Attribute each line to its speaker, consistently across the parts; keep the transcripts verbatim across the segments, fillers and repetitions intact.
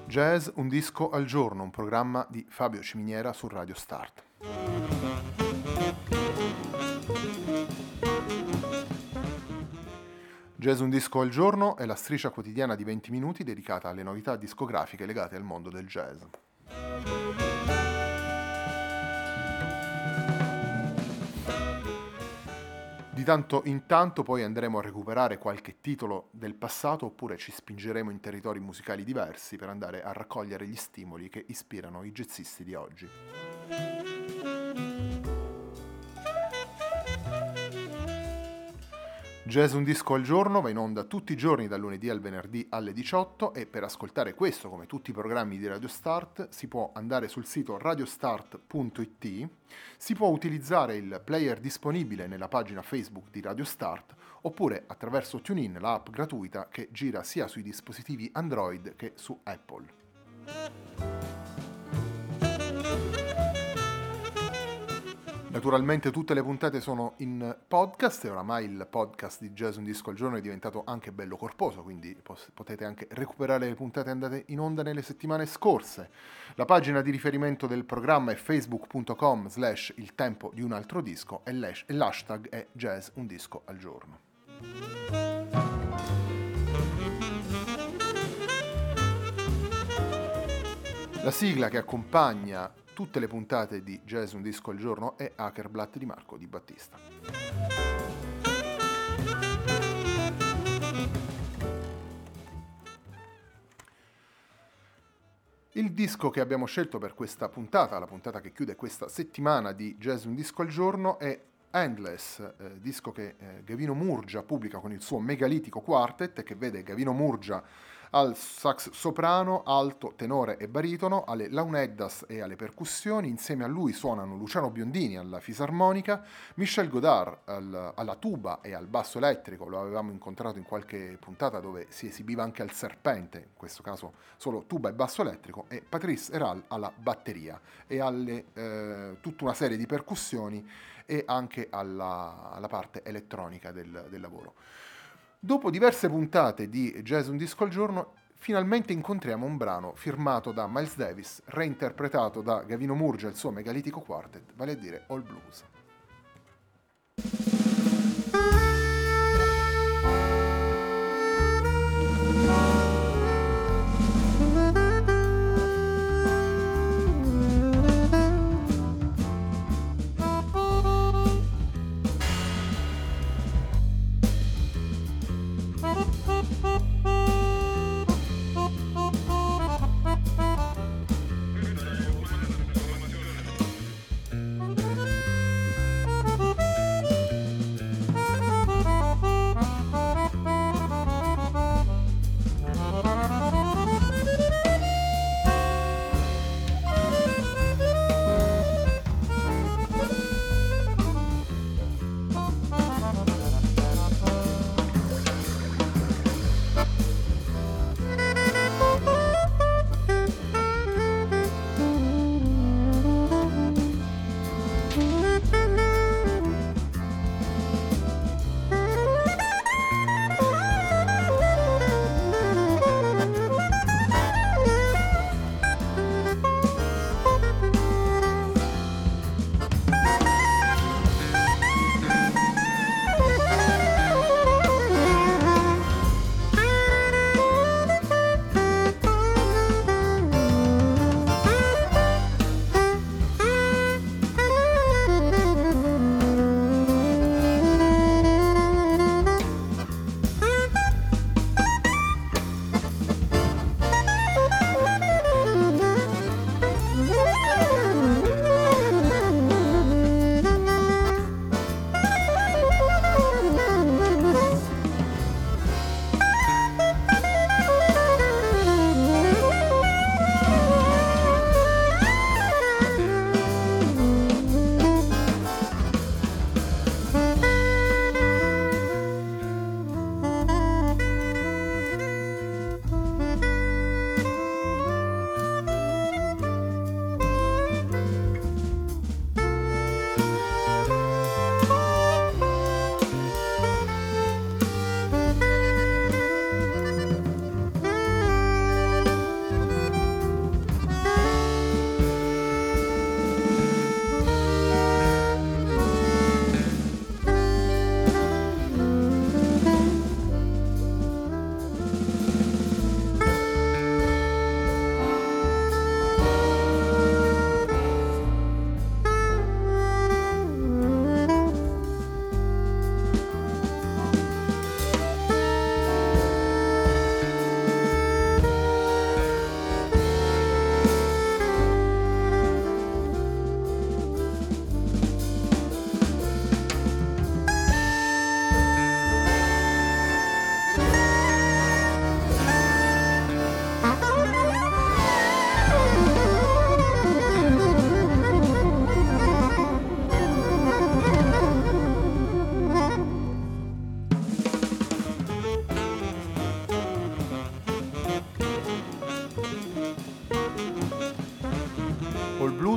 Speaker 1: Jazz, un disco al giorno, un programma di Fabio Ciminiera su Radio Start. Jazz, un disco al giorno è la striscia quotidiana di venti minuti dedicata alle novità discografiche legate al mondo del jazz. Di tanto in tanto poi andremo a recuperare qualche titolo del passato oppure ci spingeremo in territori musicali diversi per andare a raccogliere gli stimoli che ispirano i jazzisti di oggi. Jazz, un disco al giorno va in onda tutti i giorni dal lunedì al venerdì alle diciotto e per ascoltare questo, come tutti i programmi di Radio Start, si può andare sul sito radiostart punto it, si può utilizzare il player disponibile nella pagina Facebook di Radio Start oppure attraverso TuneIn, l'app gratuita che gira sia sui dispositivi Android che su Apple. Naturalmente tutte le puntate sono in podcast e oramai il podcast di Jazz, un disco al giorno è diventato anche bello corposo, quindi potete anche recuperare le puntate andate in onda nelle settimane scorse. La pagina di riferimento del programma è facebook punto com slash il tempo di un altro disco e l'hashtag è Jazz, un disco al giorno. La sigla che accompagna tutte le puntate di Jazz, un disco al giorno è Hackerblatt di Marco Di Battista. Il disco che abbiamo scelto per questa puntata, la puntata che chiude questa settimana di Jazz, un disco al giorno, è Endless, eh, disco che eh, Gavino Murgia pubblica con il suo Megalitico Quartet, che vede Gavino Murgia al sax soprano, alto, tenore e baritono, alle launeddas e alle percussioni. Insieme a lui suonano Luciano Biondini alla fisarmonica, Michel Godard al, alla tuba e al basso elettrico, lo avevamo incontrato in qualche puntata dove si esibiva anche al serpente, in questo caso solo tuba e basso elettrico, e Patrice Héral alla batteria e alle eh, tutta una serie di percussioni e anche alla, alla parte elettronica del, del lavoro. Dopo diverse puntate di Jazz, un disco al giorno, finalmente incontriamo un brano firmato da Miles Davis, reinterpretato da Gavino Murgia e il suo Megalitico Quartet, vale a dire All Blues.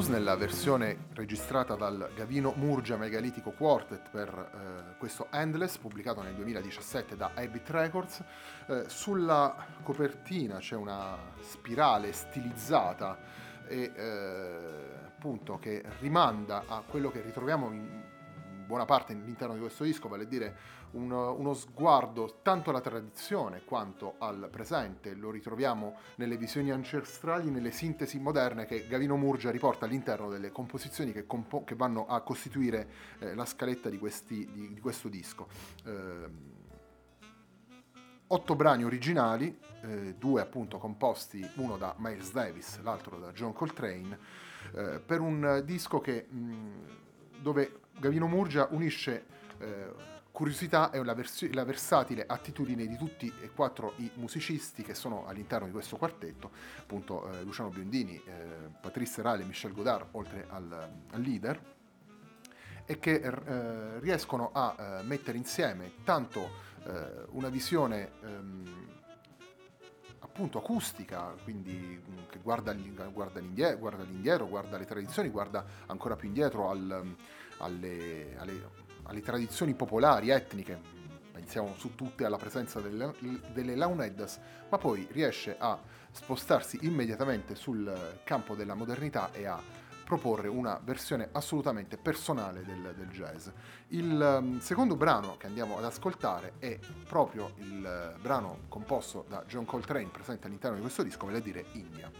Speaker 1: Blues nella versione registrata dal Gavino Murgia Megalitico Quartet per eh, questo Endless, pubblicato nel duemiladiciassette da Habit Records. Eh, sulla copertina c'è una spirale stilizzata e eh, appunto che rimanda a quello che ritroviamo in buona parte all'interno di questo disco, vale a dire uno, uno sguardo tanto alla tradizione quanto al presente. Lo ritroviamo nelle visioni ancestrali, nelle sintesi moderne che Gavino Murgia riporta all'interno delle composizioni che, compo- che vanno a costituire eh, la scaletta di, questi, di, di questo disco. Eh, otto brani originali, eh, due appunto composti, uno da Miles Davis, l'altro da John Coltrane, eh, per un disco che, mh, dove Gavino Murgia unisce eh, curiosità e la, vers- la versatile attitudine di tutti e quattro i musicisti che sono all'interno di questo quartetto, appunto eh, Luciano Biondini, eh, Patrice Serale e Michel Godard, oltre al, al leader, e che eh, riescono a eh, mettere insieme tanto eh, una visione ehm, appunto acustica, quindi che guarda, guarda, all'indietro, guarda all'indietro, guarda alle tradizioni, guarda ancora più indietro al, alle, alle, alle tradizioni popolari, etniche, pensiamo su tutte alla presenza delle, delle Launeddas, ma poi riesce a spostarsi immediatamente sul campo della modernità e a proporre una versione assolutamente personale del, del jazz. Il um, secondo brano che andiamo ad ascoltare è proprio il uh, brano composto da John Coltrane presente all'interno di questo disco, vale a dire India.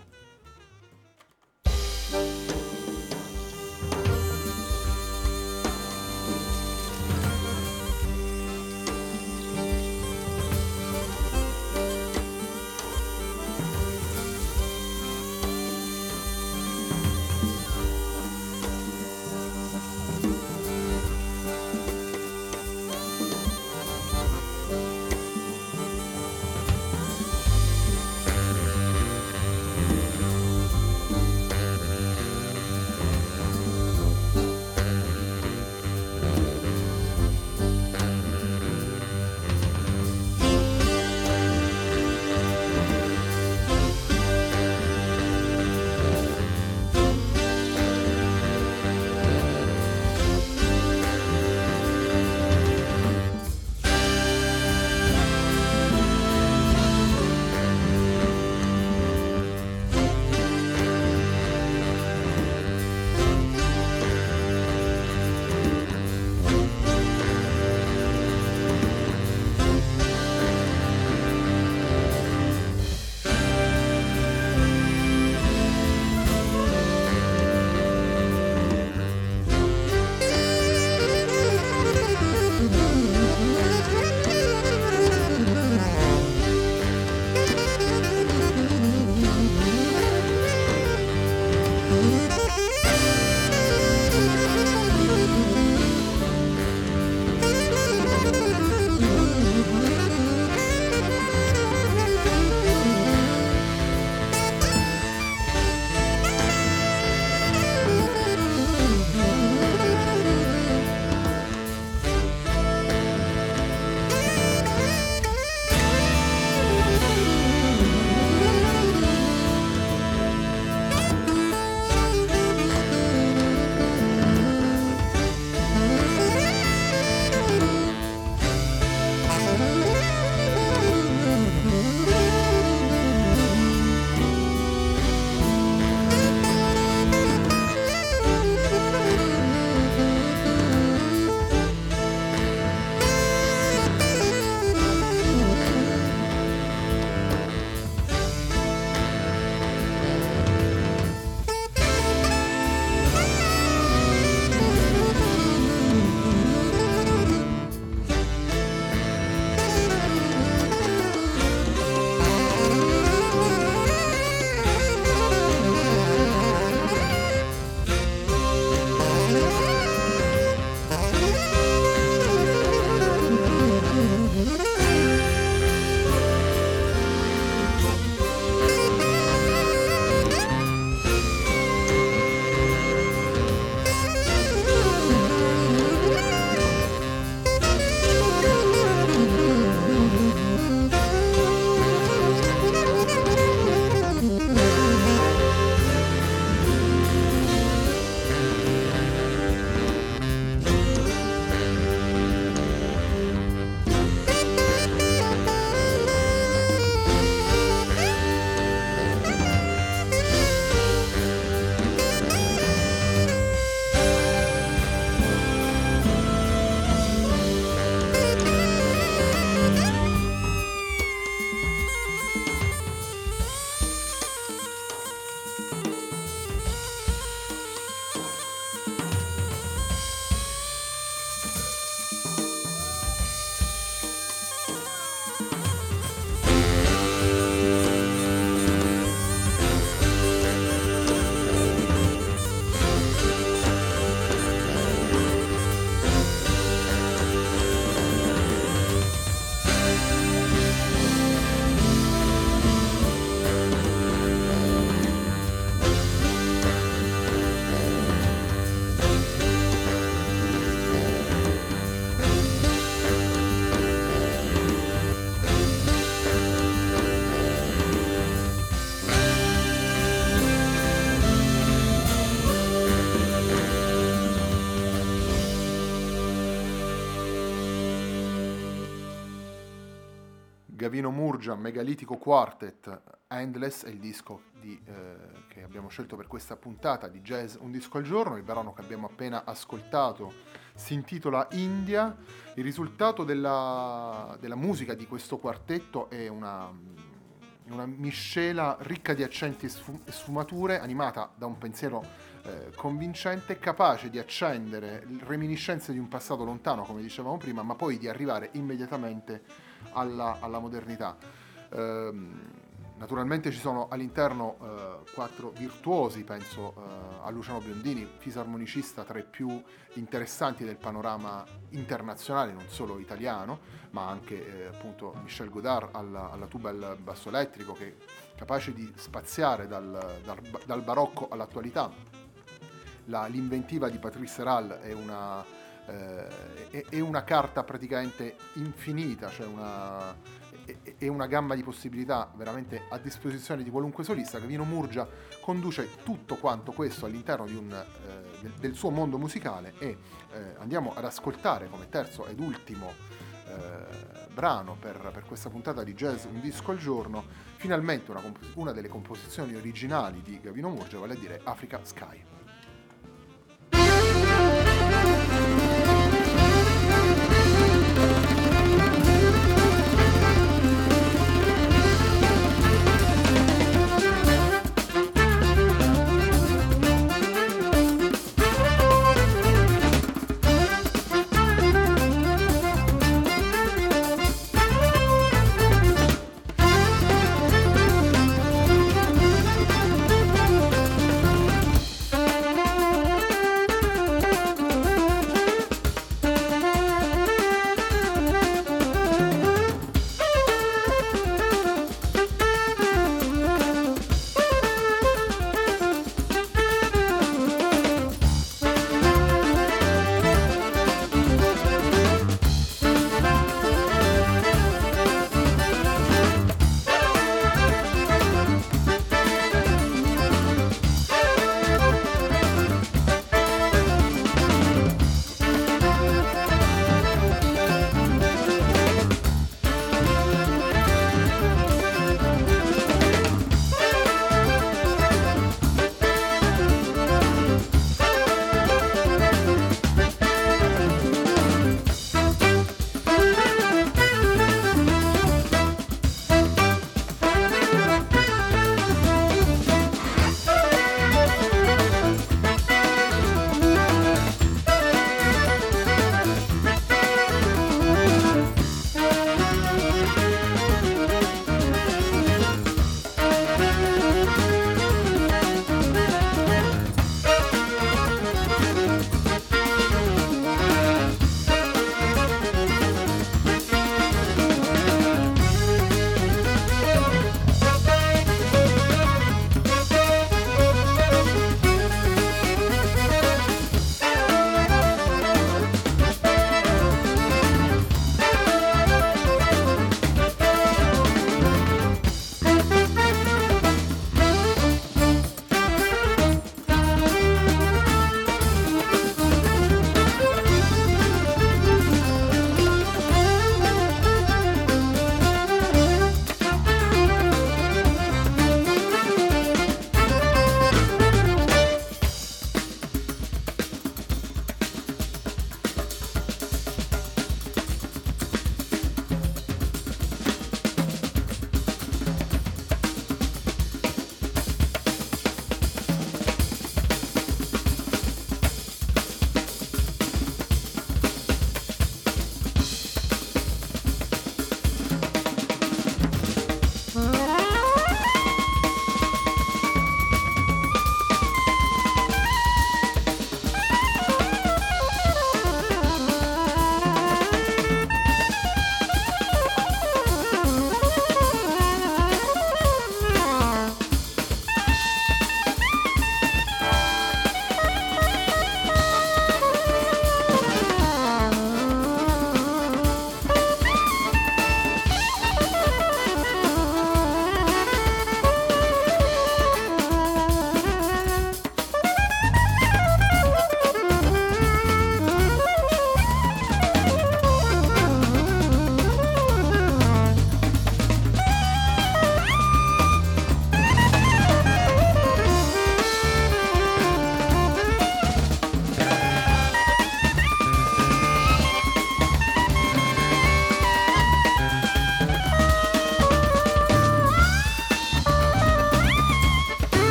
Speaker 1: Gavino Murgia, Megalitico Quartet, Endless è il disco di, eh, che abbiamo scelto per questa puntata di Jazz Un Disco al Giorno. Il brano che abbiamo appena ascoltato si intitola India. Il risultato della, della musica di questo quartetto è una, una miscela ricca di accenti e sfumature, animata da un pensiero eh, convincente, capace di accendere reminiscenze di un passato lontano, come dicevamo prima, ma poi di arrivare immediatamente alla, alla modernità. Ehm, Naturalmente ci sono all'interno eh, quattro virtuosi, penso eh, a Luciano Biondini, fisarmonicista tra i più interessanti del panorama internazionale, non solo italiano, ma anche eh, appunto Michel Godard alla, alla tuba e al basso elettrico, che è capace di spaziare dal, dal, dal barocco all'attualità. La, l'inventiva di Patrice Serral è una, eh, è, è una carta praticamente infinita, cioè una... e una gamma di possibilità veramente a disposizione di qualunque solista. Gavino Murgia conduce tutto quanto questo all'interno di un, eh, del, del suo mondo musicale e eh, andiamo ad ascoltare come terzo ed ultimo eh, brano per, per questa puntata di Jazz Un Disco al Giorno finalmente una, una delle composizioni originali di Gavino Murgia, vale a dire Africa Sky.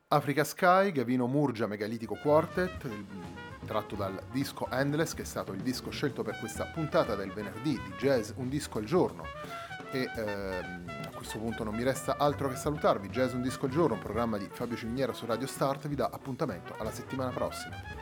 Speaker 1: Africa Sky, Gavino Murgia Megalitico Quartet, il- tratto dal disco Endless, che è stato il disco scelto per questa puntata del venerdì di Jazz Un Disco al Giorno. E ehm, a questo punto non mi resta altro che salutarvi. Jazz Un Disco al Giorno, un programma di Fabio Ciminiera su Radio Start, vi dà appuntamento alla settimana prossima.